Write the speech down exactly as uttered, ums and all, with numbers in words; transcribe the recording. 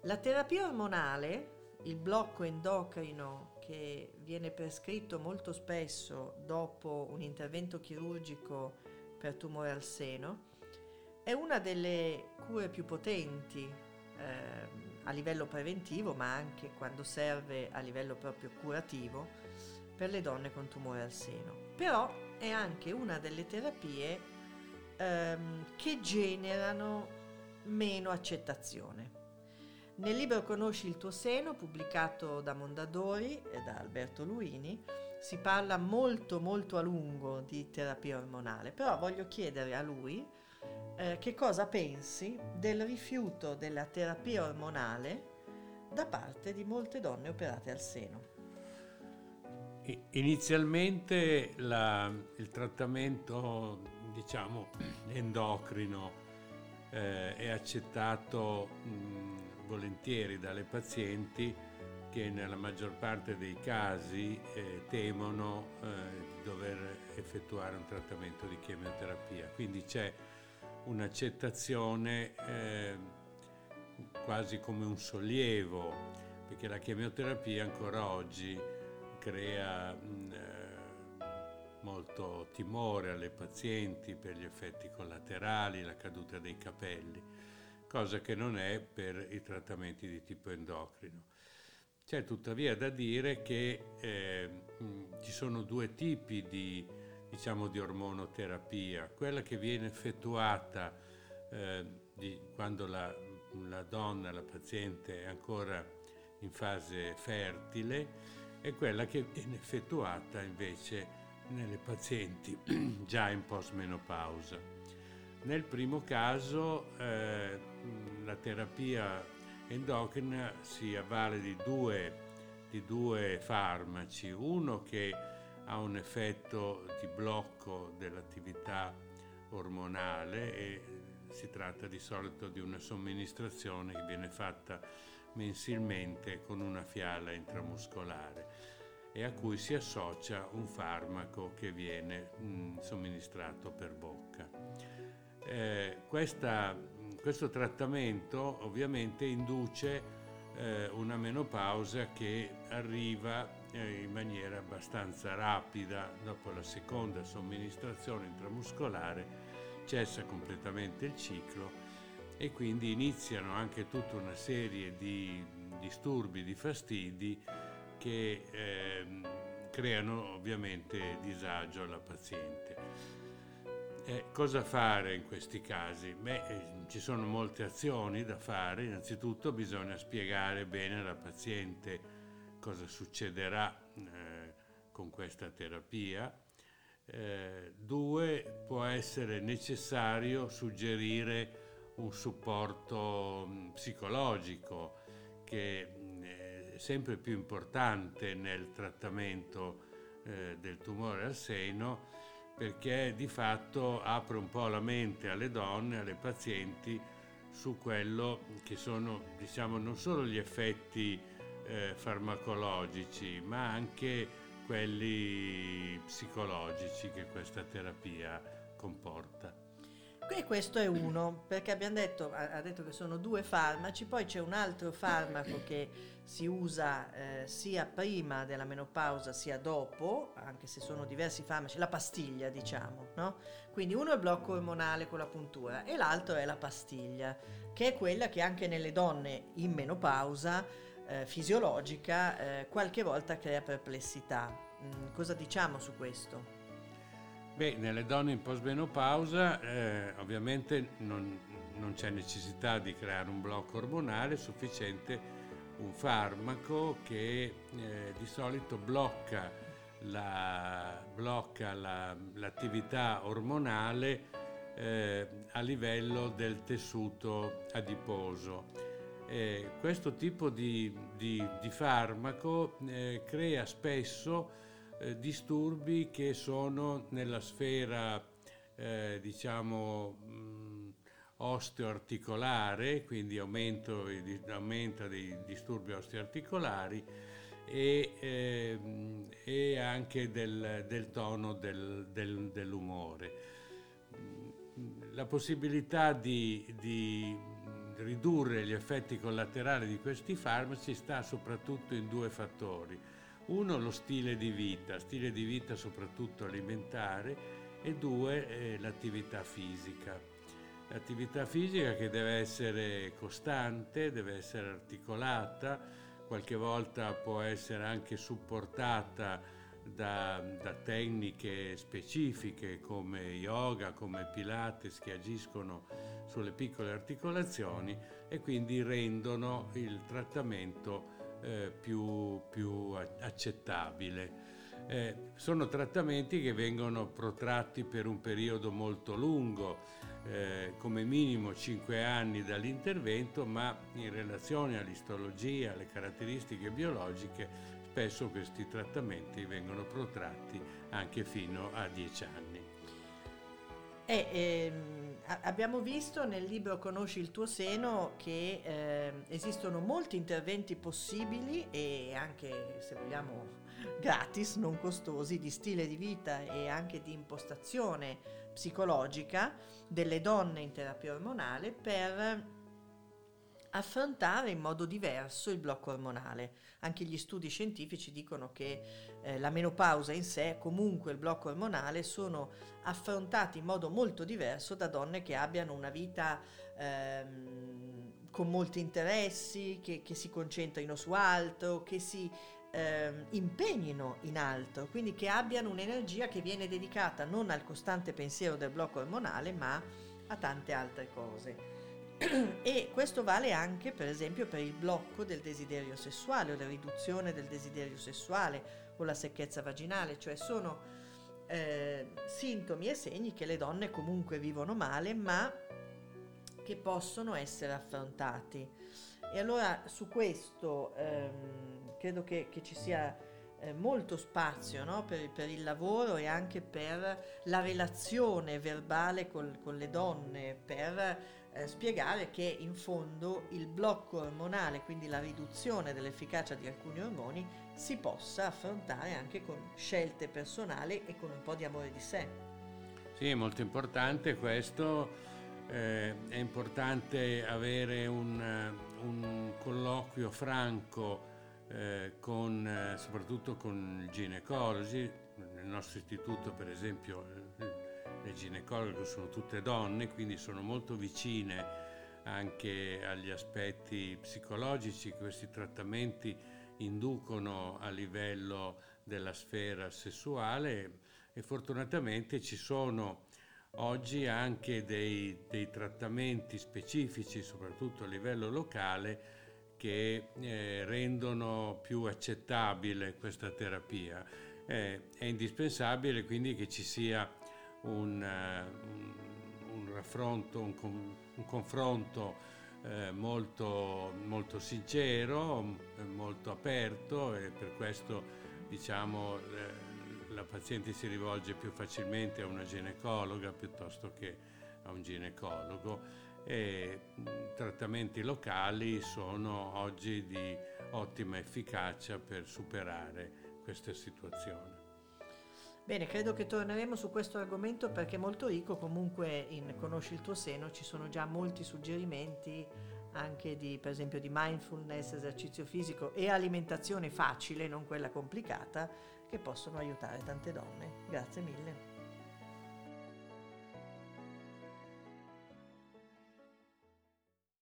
La terapia ormonale, il blocco endocrino che viene prescritto molto spesso dopo un intervento chirurgico per tumore al seno, è una delle cure più potenti eh, a livello preventivo, ma anche quando serve a livello proprio curativo per le donne con tumore al seno. Però è anche una delle terapie ehm, che generano meno accettazione. Nel libro Conosci il tuo seno, pubblicato da Mondadori e da Alberto Luini, si parla molto molto a lungo di terapia ormonale, però voglio chiedere a lui eh, che cosa pensi del rifiuto della terapia ormonale da parte di molte donne operate al seno. Inizialmente la, il trattamento, diciamo, endocrino eh, è accettato mh, volentieri dalle pazienti che nella maggior parte dei casi eh, temono eh, di dover effettuare un trattamento di chemioterapia. Quindi c'è un'accettazione eh, quasi come un sollievo, perché la chemioterapia ancora oggi crea mh, eh, molto timore alle pazienti per gli effetti collaterali, la caduta dei capelli, cosa che non è per i trattamenti di tipo endocrino. C'è tuttavia da dire che eh, mh, ci sono due tipi di, diciamo, di ormonoterapia, quella che viene effettuata eh, di, quando la, la donna, la paziente è ancora in fase fertile, e quella che viene effettuata invece nelle pazienti già in postmenopausa. Nel primo caso eh, la terapia endocrina si avvale di due, di due farmaci, uno che ha un effetto di blocco dell'attività ormonale e si tratta di solito di una somministrazione che viene fatta mensilmente con una fiala intramuscolare e a cui si associa un farmaco che viene mh, somministrato per bocca. Eh, questa, questo trattamento ovviamente induce eh, una menopausa che arriva eh, in maniera abbastanza rapida. Dopo la seconda somministrazione intramuscolare cessa completamente il ciclo e quindi iniziano anche tutta una serie di disturbi, di fastidi che eh, creano ovviamente disagio alla paziente. Eh, cosa fare in questi casi? Beh, eh, ci sono molte azioni da fare. Innanzitutto bisogna spiegare bene alla paziente cosa succederà eh, con questa terapia. Eh, due, può essere necessario suggerire un supporto mh, psicologico che mh, è sempre più importante nel trattamento eh, del tumore al seno, perché di fatto apre un po' la mente alle donne, alle pazienti, su quello che sono, diciamo, non solo gli effetti eh, farmacologici, ma anche quelli psicologici che questa terapia comporta. E questo è uno, perché abbiamo detto, ha detto che sono due farmaci, poi c'è un altro farmaco che si usa eh, sia prima della menopausa sia dopo, anche se sono diversi farmaci, la pastiglia diciamo, no? Quindi uno è il blocco ormonale con la puntura e l'altro è la pastiglia, che è quella che anche nelle donne in menopausa eh, fisiologica eh, qualche volta crea perplessità. Mm, cosa diciamo su questo? Beh, nelle donne in postmenopausa eh, ovviamente non, non c'è necessità di creare un blocco ormonale, è sufficiente un farmaco che eh, di solito blocca, la, blocca la, l'attività ormonale eh, a livello del tessuto adiposo. Eh, questo tipo di, di, di farmaco eh, crea spesso Eh, disturbi che sono nella sfera eh, diciamo mh, osteoarticolare, quindi aumento, aumenta dei disturbi osteoarticolari e, eh, e anche del, del tono del, del, dell'umore. La possibilità di, di ridurre gli effetti collaterali di questi farmaci sta soprattutto in due fattori. Uno, lo stile di vita, stile di vita soprattutto alimentare, e due, eh, l'attività fisica. L'attività fisica che deve essere costante, deve essere articolata, qualche volta può essere anche supportata da, da tecniche specifiche come yoga, come Pilates, che agiscono sulle piccole articolazioni e quindi rendono il trattamento eh, più, più accettabile. Eh, sono trattamenti che vengono protratti per un periodo molto lungo, eh, come minimo cinque anni dall'intervento, ma in relazione all'istologia, alle caratteristiche biologiche, spesso questi trattamenti vengono protratti anche fino a dieci anni. E, ehm, abbiamo visto nel libro Conosci il tuo seno che eh, esistono molti interventi possibili e anche, se vogliamo, gratis, non costosi, di stile di vita e anche di impostazione psicologica delle donne in terapia ormonale per affrontare in modo diverso il blocco ormonale. Anche gli studi scientifici dicono che eh, la menopausa in sé, comunque il blocco ormonale, sono affrontati in modo molto diverso da donne che abbiano una vita ehm, con molti interessi, che, che si concentrino su altro, che si ehm, impegnino in altro, quindi che abbiano un'energia che viene dedicata non al costante pensiero del blocco ormonale, ma a tante altre cose. E questo vale anche, per esempio, per il blocco del desiderio sessuale o la riduzione del desiderio sessuale o la secchezza vaginale, cioè sono eh, sintomi e segni che le donne comunque vivono male, ma che possono essere affrontati. E allora su questo ehm, credo che, che ci sia eh, molto spazio, no? per, per il lavoro e anche per la relazione verbale col, con le donne, per Eh, spiegare che in fondo il blocco ormonale, quindi la riduzione dell'efficacia di alcuni ormoni, si possa affrontare anche con scelte personali e con un po' di amore di sé. Sì, è molto importante questo, eh, è importante avere un, un colloquio franco eh, con, eh, soprattutto con i ginecologi. Nel nostro istituto, per esempio, le ginecologe sono tutte donne, quindi sono molto vicine anche agli aspetti psicologici che questi trattamenti inducono a livello della sfera sessuale, e fortunatamente ci sono oggi anche dei, dei trattamenti specifici, soprattutto a livello locale, che eh, rendono più accettabile questa terapia. Eh, è indispensabile quindi che ci sia Un, uh, un raffronto, un, com- un confronto eh, molto, molto sincero, m- molto aperto, e per questo diciamo eh, la paziente si rivolge più facilmente a una ginecologa piuttosto che a un ginecologo, e mh, trattamenti locali sono oggi di ottima efficacia per superare questa situazione. Bene, credo che torneremo su questo argomento perché è molto ricco. Comunque in Conosci il tuo seno ci sono già molti suggerimenti anche di, per esempio, di mindfulness, esercizio fisico e alimentazione facile, non quella complicata, che possono aiutare tante donne. Grazie mille.